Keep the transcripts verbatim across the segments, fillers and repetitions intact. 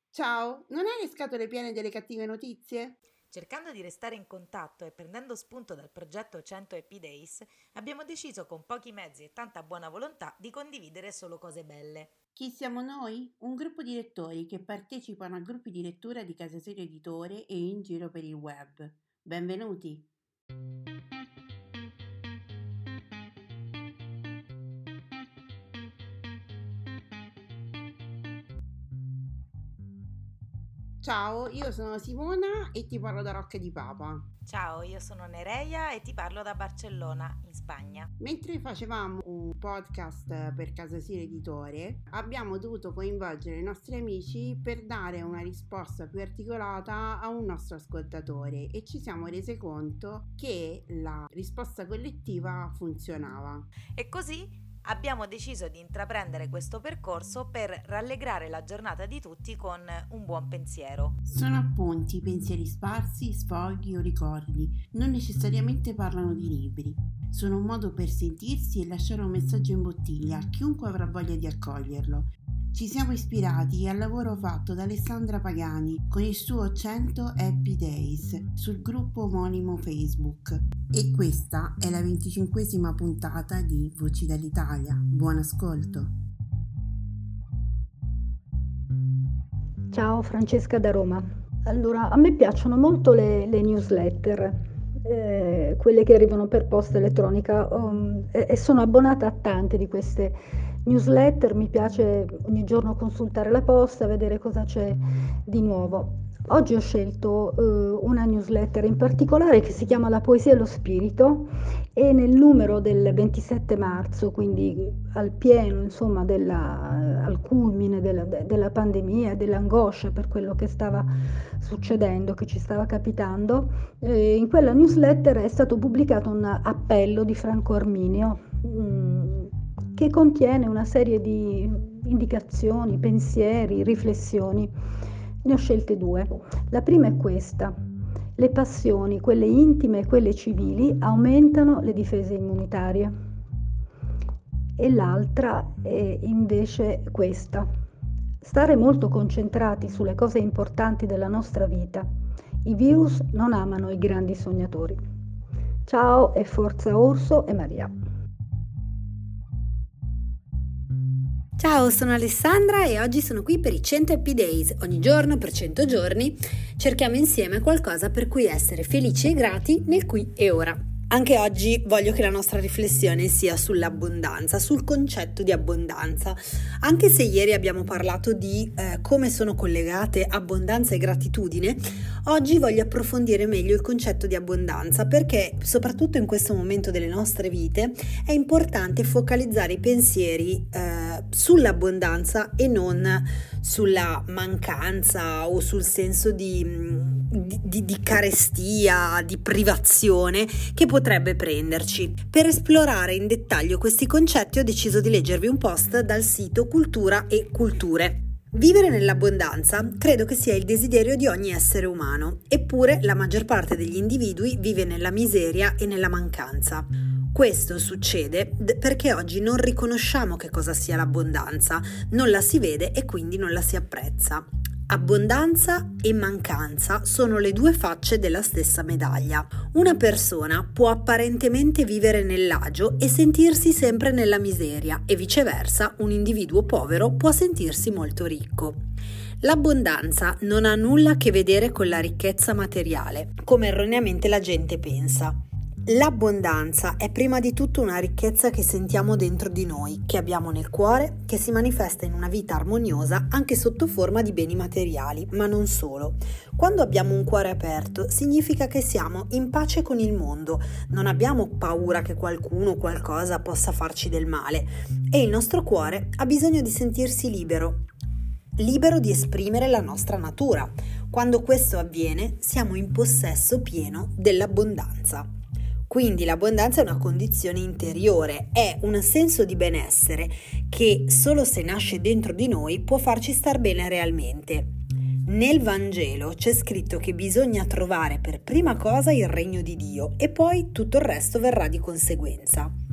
Ciao, non hai le scatole piene delle cattive notizie? Cercando di restare in contatto e prendendo spunto dal progetto cento Happy Days, abbiamo deciso con pochi mezzi e tanta buona volontà di condividere solo cose belle. Chi siamo noi? Un gruppo di lettori che partecipano a gruppi di lettura di Casa Serio Editore e in giro per il web. Benvenuti! Ciao, io sono Simona e ti parlo da Rocca di Papa. Ciao, io sono Nereia e ti parlo da Barcellona, in Spagna. Mentre facevamo un podcast per Casa Serio Editore, abbiamo dovuto coinvolgere i nostri amici per dare una risposta più articolata a un nostro ascoltatore e ci siamo resi conto che la risposta collettiva funzionava. E così abbiamo deciso di intraprendere questo percorso per rallegrare la giornata di tutti con un buon pensiero. Sono appunti, pensieri sparsi, sfoghi o ricordi, non necessariamente parlano di libri. Sono un modo per sentirsi e lasciare un messaggio in bottiglia a chiunque avrà voglia di accoglierlo. Ci siamo ispirati al lavoro fatto da Alessandra Pagani con il suo cento Happy Days sul gruppo omonimo Facebook. E questa è la venticinquesima puntata di Voci dall'Italia. Buon ascolto! Ciao, Francesca da Roma. Allora, a me piacciono molto le, le newsletter, eh, quelle che arrivano per posta elettronica, um, e, e sono abbonata a tante di queste newsletter. Mi piace ogni giorno consultare la posta, vedere cosa c'è di nuovo. Oggi ho scelto eh, una newsletter in particolare che si chiama La poesia e lo spirito, e nel numero del ventisette marzo, quindi al pieno, insomma, della, al culmine della, della pandemia, dell'angoscia per quello che stava succedendo, che ci stava capitando, eh, in quella newsletter è stato pubblicato un appello di Franco Arminio mh, che contiene una serie di indicazioni, pensieri, riflessioni. Ne ho scelte due. La prima è questa: le passioni, quelle intime e quelle civili, aumentano le difese immunitarie. E l'altra è invece questa: stare molto concentrati sulle cose importanti della nostra vita. I virus non amano i grandi sognatori. Ciao e forza Orso e Maria. Ciao, sono Alessandra e oggi sono qui per i cento Happy Days. Ogni giorno, per cento giorni, cerchiamo insieme qualcosa per cui essere felici e grati nel qui e ora. Anche oggi voglio che la nostra riflessione sia sull'abbondanza, sul concetto di abbondanza. Anche se ieri abbiamo parlato di eh, come sono collegate abbondanza e gratitudine, oggi voglio approfondire meglio il concetto di abbondanza, perché soprattutto in questo momento delle nostre vite è importante focalizzare i pensieri eh, sull'abbondanza e non sulla mancanza o sul senso di, di, di, di carestia, di privazione che potrebbe prenderci. Per esplorare in dettaglio questi concetti ho deciso di leggervi un post dal sito Cultura e Culture. Vivere nell'abbondanza credo che sia il desiderio di ogni essere umano, eppure la maggior parte degli individui vive nella miseria e nella mancanza. Questo succede perché oggi non riconosciamo che cosa sia l'abbondanza, non la si vede e quindi non la si apprezza. Abbondanza e mancanza sono le due facce della stessa medaglia. Una persona può apparentemente vivere nell'agio e sentirsi sempre nella miseria, e viceversa un individuo povero può sentirsi molto ricco. L'abbondanza non ha nulla a che vedere con la ricchezza materiale, come erroneamente la gente pensa. L'abbondanza è prima di tutto una ricchezza che sentiamo dentro di noi, che abbiamo nel cuore, che si manifesta in una vita armoniosa anche sotto forma di beni materiali, ma non solo. Quando abbiamo un cuore aperto, significa che siamo in pace con il mondo, non abbiamo paura che qualcuno o qualcosa possa farci del male, e il nostro cuore ha bisogno di sentirsi libero, libero di esprimere la nostra natura. Quando questo avviene, siamo in possesso pieno dell'abbondanza. Quindi l'abbondanza è una condizione interiore, è un senso di benessere che solo se nasce dentro di noi può farci star bene realmente. Nel Vangelo c'è scritto che bisogna trovare per prima cosa il regno di Dio e poi tutto il resto verrà di conseguenza.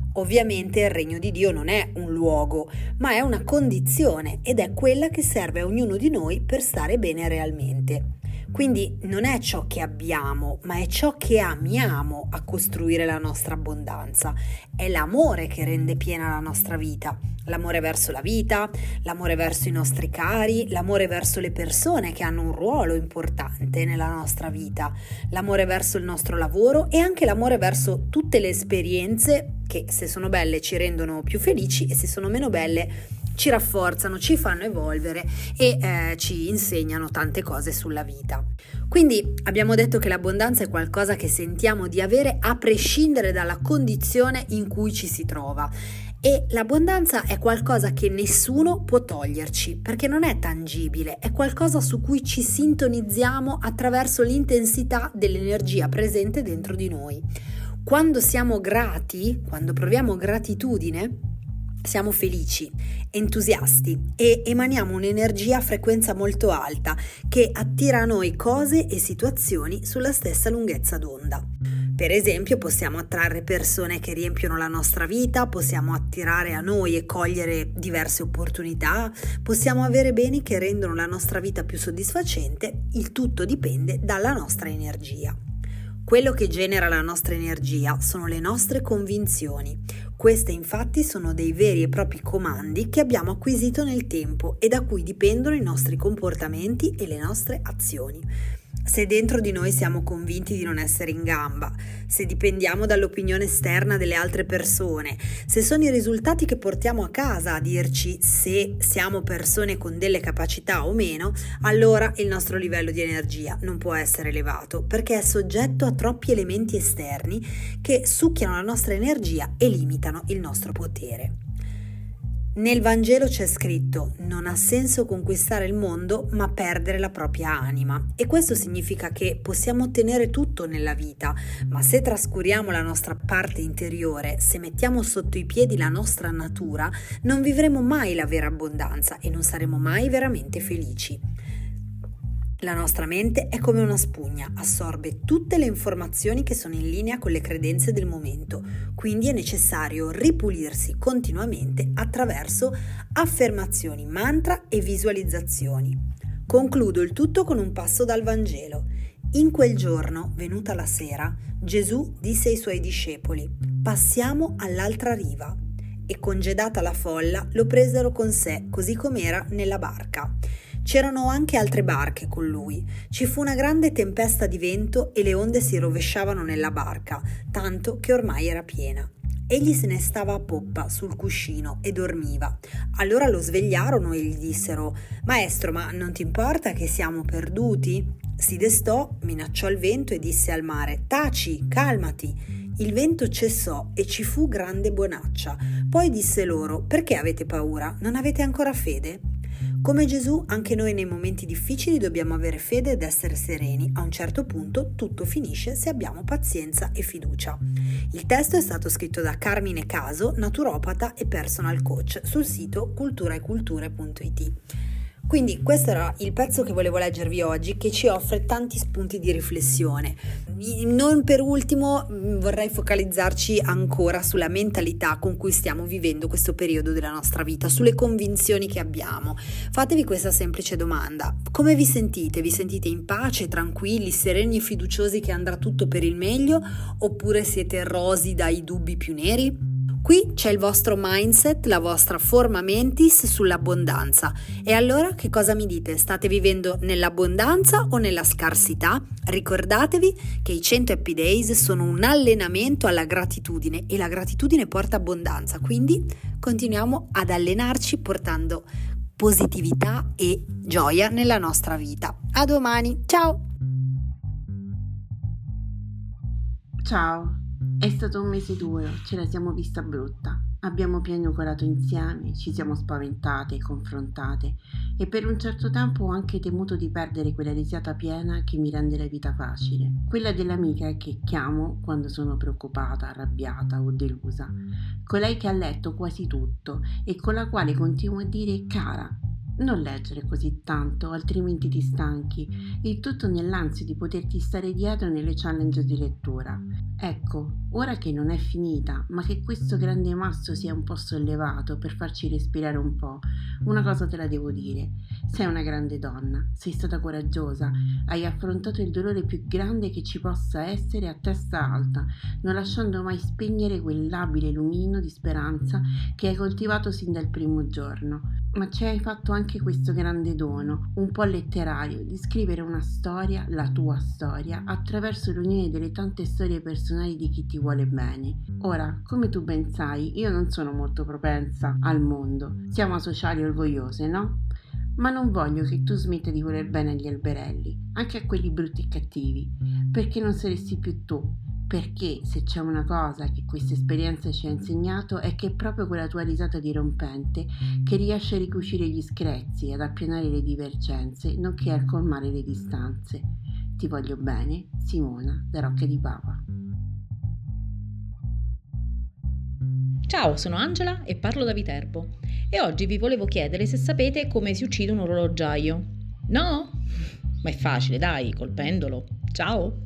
Ovviamente il regno di Dio non è un luogo, ma è una condizione ed è quella che serve a ognuno di noi per stare bene realmente. Quindi non è ciò che abbiamo, ma è ciò che amiamo a costruire la nostra abbondanza. È l'amore che rende piena la nostra vita. L'amore verso la vita, l'amore verso i nostri cari, l'amore verso le persone che hanno un ruolo importante nella nostra vita, l'amore verso il nostro lavoro e anche l'amore verso tutte le esperienze che, se sono belle, ci rendono più felici e se sono meno belle ci rafforzano, ci fanno evolvere e eh, ci insegnano tante cose sulla vita. Quindi abbiamo detto che l'abbondanza è qualcosa che sentiamo di avere a prescindere dalla condizione in cui ci si trova. E l'abbondanza è qualcosa che nessuno può toglierci, perché non è tangibile, è qualcosa su cui ci sintonizziamo attraverso l'intensità dell'energia presente dentro di noi. Quando siamo grati, quando proviamo gratitudine, siamo felici, entusiasti e emaniamo un'energia a frequenza molto alta che attira a noi cose e situazioni sulla stessa lunghezza d'onda. Per esempio, possiamo attrarre persone che riempiono la nostra vita, possiamo attirare a noi e cogliere diverse opportunità, possiamo avere beni che rendono la nostra vita più soddisfacente, il tutto dipende dalla nostra energia. Quello che genera la nostra energia sono le nostre convinzioni. Queste infatti sono dei veri e propri comandi che abbiamo acquisito nel tempo e da cui dipendono i nostri comportamenti e le nostre azioni. Se dentro di noi siamo convinti di non essere in gamba, se dipendiamo dall'opinione esterna delle altre persone, se sono i risultati che portiamo a casa a dirci se siamo persone con delle capacità o meno, allora il nostro livello di energia non può essere elevato perché è soggetto a troppi elementi esterni che succhiano la nostra energia e limitano il nostro potere. Nel Vangelo c'è scritto: non ha senso conquistare il mondo ma perdere la propria anima, e questo significa che possiamo ottenere tutto nella vita, ma se trascuriamo la nostra parte interiore, se mettiamo sotto i piedi la nostra natura, non vivremo mai la vera abbondanza e non saremo mai veramente felici. La nostra mente è come una spugna, assorbe tutte le informazioni che sono in linea con le credenze del momento, quindi è necessario ripulirsi continuamente attraverso affermazioni, mantra e visualizzazioni. Concludo il tutto con un passo dal Vangelo. In quel giorno, venuta la sera, Gesù disse ai suoi discepoli: «Passiamo all'altra riva». E congedata la folla, lo presero con sé, così com'era, nella barca. C'erano anche altre barche con lui. Ci fu una grande tempesta di vento e le onde si rovesciavano nella barca, tanto che ormai era piena. Egli se ne stava a poppa sul cuscino e dormiva. Allora lo svegliarono e gli dissero: «Maestro, ma non ti importa che siamo perduti?» Si destò, minacciò il vento e disse al mare: «Taci, calmati!» Il vento cessò e ci fu grande bonaccia. Poi disse loro: «Perché avete paura? Non avete ancora fede?» Come Gesù, anche noi nei momenti difficili dobbiamo avere fede ed essere sereni. A un certo punto tutto finisce se abbiamo pazienza e fiducia. Il testo è stato scritto da Carmine Caso, naturopata e personal coach, sul sito cultura e culture punto it. Quindi questo era il pezzo che volevo leggervi oggi, che ci offre tanti spunti di riflessione. Non per ultimo vorrei focalizzarci ancora sulla mentalità con cui stiamo vivendo questo periodo della nostra vita, sulle convinzioni che abbiamo. Fatevi questa semplice domanda: come vi sentite? Vi sentite in pace, tranquilli, sereni e fiduciosi che andrà tutto per il meglio, oppure siete rosi dai dubbi più neri? Qui c'è il vostro mindset, la vostra forma mentis sull'abbondanza. E allora che cosa mi dite? State vivendo nell'abbondanza o nella scarsità? Ricordatevi che i cento Happy Days sono un allenamento alla gratitudine e la gratitudine porta abbondanza, quindi continuiamo ad allenarci portando positività e gioia nella nostra vita. A domani, ciao! Ciao! È stato un mese duro, ce la siamo vista brutta. Abbiamo piagnucolato insieme, ci siamo spaventate, confrontate e per un certo tempo ho anche temuto di perdere quella risata piena che mi rende la vita facile. Quella dell'amica che chiamo quando sono preoccupata, arrabbiata o delusa. Colei che ha letto quasi tutto e con la quale continuo a dire: cara, Non leggere così tanto, altrimenti ti stanchi, il tutto nell'ansia di poterti stare dietro nelle challenge di lettura. Ecco, ora che non è finita, ma che questo grande masso sia un po' sollevato per farci respirare un po', una cosa te la devo dire. Sei una grande donna, sei stata coraggiosa, hai affrontato il dolore più grande che ci possa essere a testa alta, non lasciando mai spegnere quell'abile lumino di speranza che hai coltivato sin dal primo giorno. Ma ci hai fatto anche questo grande dono, un po' letterario, di scrivere una storia, la tua storia, attraverso l'unione delle tante storie personali di chi ti vuole bene. Ora, come tu ben sai, io non sono molto propensa al mondo, siamo asociali orgogliose, no? Ma non voglio che tu smetta di voler bene agli alberelli, anche a quelli brutti e cattivi, perché non saresti più tu. Perché se c'è una cosa che questa esperienza ci ha insegnato è che è proprio quella tua risata dirompente che riesce a ricucire gli screzi, ad appianare le divergenze, nonché a colmare le distanze. Ti voglio bene, Simona, da Rocca di Papa. Ciao, sono Angela e parlo da Viterbo e oggi vi volevo chiedere se sapete come si uccide un orologiaio. No? Ma è facile, dai, col pendolo. Ciao!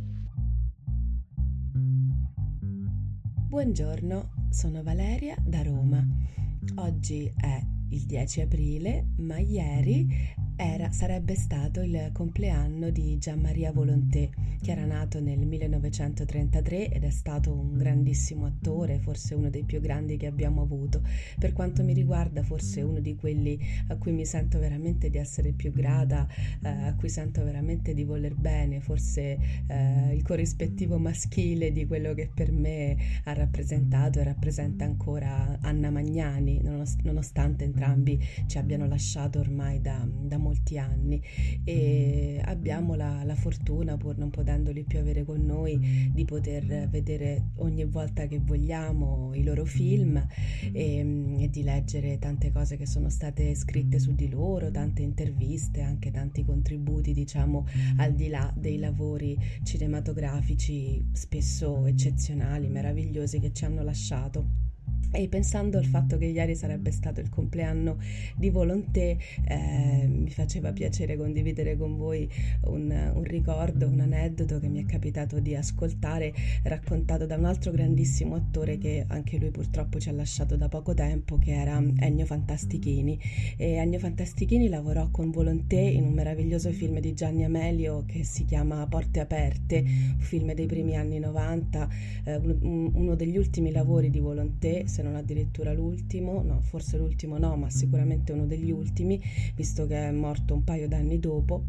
Buongiorno, sono Valeria da Roma. Oggi è il dieci aprile, ma ieri era, sarebbe stato il compleanno di Gianmaria Volonté, che era nato nel millenovecentotrentatré ed è stato un grandissimo attore, forse uno dei più grandi che abbiamo avuto. Per quanto mi riguarda, forse uno di quelli a cui mi sento veramente di essere più grata, eh, a cui sento veramente di voler bene, forse eh, il corrispettivo maschile di quello che per me ha rappresentato e rappresenta ancora Anna Magnani, nonostante entrambi ci abbiano lasciato ormai da, da molti anni, e abbiamo la, la fortuna, pur non potendoli più avere con noi, di poter vedere ogni volta che vogliamo i loro film e, e di leggere tante cose che sono state scritte su di loro, tante interviste, anche tanti contributi, diciamo, al di là dei lavori cinematografici spesso eccezionali, meravigliosi che ci hanno lasciato. E pensando al fatto che ieri sarebbe stato il compleanno di Volonté, eh, mi faceva piacere condividere con voi un, un ricordo, un aneddoto che mi è capitato di ascoltare, raccontato da un altro grandissimo attore che anche lui purtroppo ci ha lasciato da poco tempo, che era Ennio Fantastichini. E Ennio Fantastichini lavorò con Volonté in un meraviglioso film di Gianni Amelio che si chiama Porte Aperte, un film dei primi anni novanta, eh, un, uno degli ultimi lavori di Volonté, se non addirittura l'ultimo, no, forse l'ultimo no, ma sicuramente uno degli ultimi, visto che è morto un paio d'anni dopo.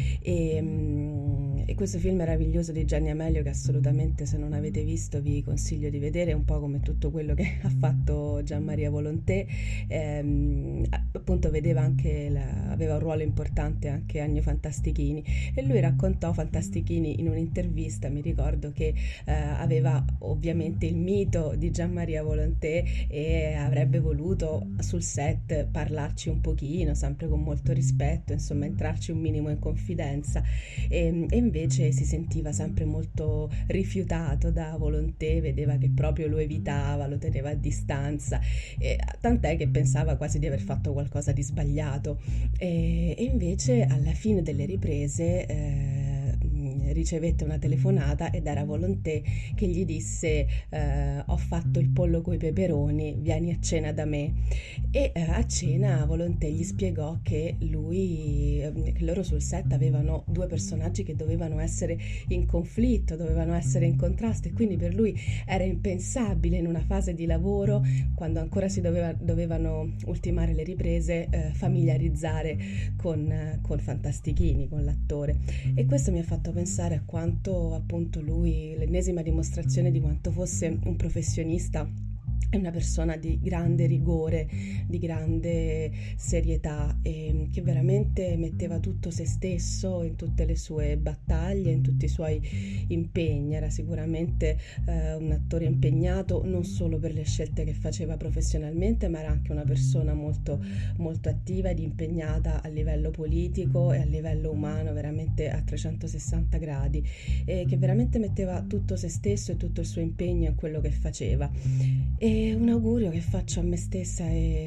E, e questo film meraviglioso di Gianni Amelio, che assolutamente, se non avete visto, vi consiglio di vedere, un po' come tutto quello che ha fatto Gianmaria Volonté. Ehm, appunto vedeva anche la, aveva un ruolo importante anche Ennio Fantastichini, e lui raccontò Fantastichini in un'intervista, mi ricordo, che eh, aveva ovviamente il mito di Gianmaria Volonté e avrebbe voluto sul set parlarci un pochino, sempre con molto rispetto, insomma entrarci un minimo in confidenza, e, e invece si sentiva sempre molto rifiutato da Volonté, vedeva che proprio lo evitava, lo teneva a distanza, e, tant'è che pensava quasi di aver fatto qualcosa di sbagliato, e, e invece alla fine delle riprese eh, ricevette una telefonata ed era Volonté che gli disse eh, ho fatto il pollo coi peperoni, vieni a cena da me. E eh, a cena Volonté gli spiegò che lui eh, che loro sul set avevano due personaggi che dovevano essere in conflitto, dovevano essere in contrasto, e quindi per lui era impensabile in una fase di lavoro, quando ancora si doveva, dovevano ultimare le riprese, eh, familiarizzare con, eh, con Fantastichini, con l'attore. E questo mi ha fatto pensare a quanto appunto lui, l'ennesima dimostrazione di quanto fosse un professionista, è una persona di grande rigore, di grande serietà, e che veramente metteva tutto se stesso in tutte le sue battaglie, in tutti i suoi impegni. Era sicuramente eh, un attore impegnato non solo per le scelte che faceva professionalmente, ma era anche una persona molto, molto attiva ed impegnata a livello politico e a livello umano, veramente a trecentosessanta gradi, e che veramente metteva tutto se stesso e tutto il suo impegno in quello che faceva. E un augurio che faccio a me stessa e agli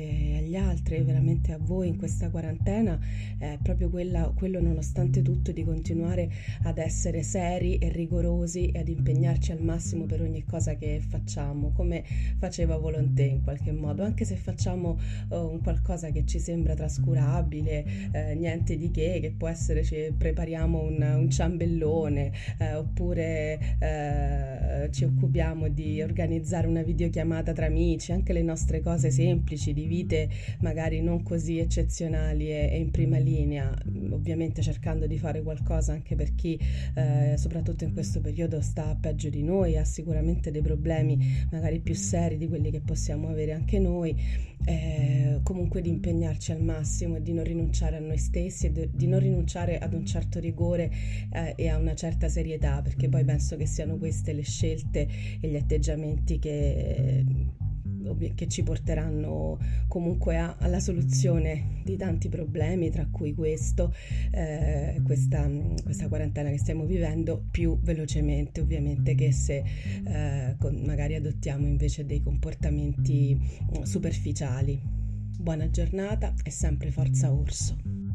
agli altri, veramente a voi in questa quarantena, è proprio quella, quello nonostante tutto di continuare ad essere seri e rigorosi e ad impegnarci al massimo per ogni cosa che facciamo, come faceva Volonté in qualche modo, anche se facciamo uh, un qualcosa che ci sembra trascurabile, eh, niente di che, che può essere, ci prepariamo un, un ciambellone, eh, oppure eh, ci occupiamo di organizzare una videochiamata tra amici, anche le nostre cose semplici di vite magari non così eccezionali e, e in prima linea, ovviamente cercando di fare qualcosa anche per chi eh, soprattutto in questo periodo sta peggio di noi, ha sicuramente dei problemi magari più seri di quelli che possiamo avere anche noi, eh, comunque di impegnarci al massimo e di non rinunciare a noi stessi e de- di non rinunciare ad un certo rigore eh, e a una certa serietà, perché poi penso che siano queste le scelte e gli atteggiamenti che che ci porteranno comunque a, alla soluzione di tanti problemi, tra cui questo, eh, questa, questa quarantena che stiamo vivendo, più velocemente ovviamente che se eh, con, magari adottiamo invece dei comportamenti superficiali. Buona giornata e sempre forza Orso.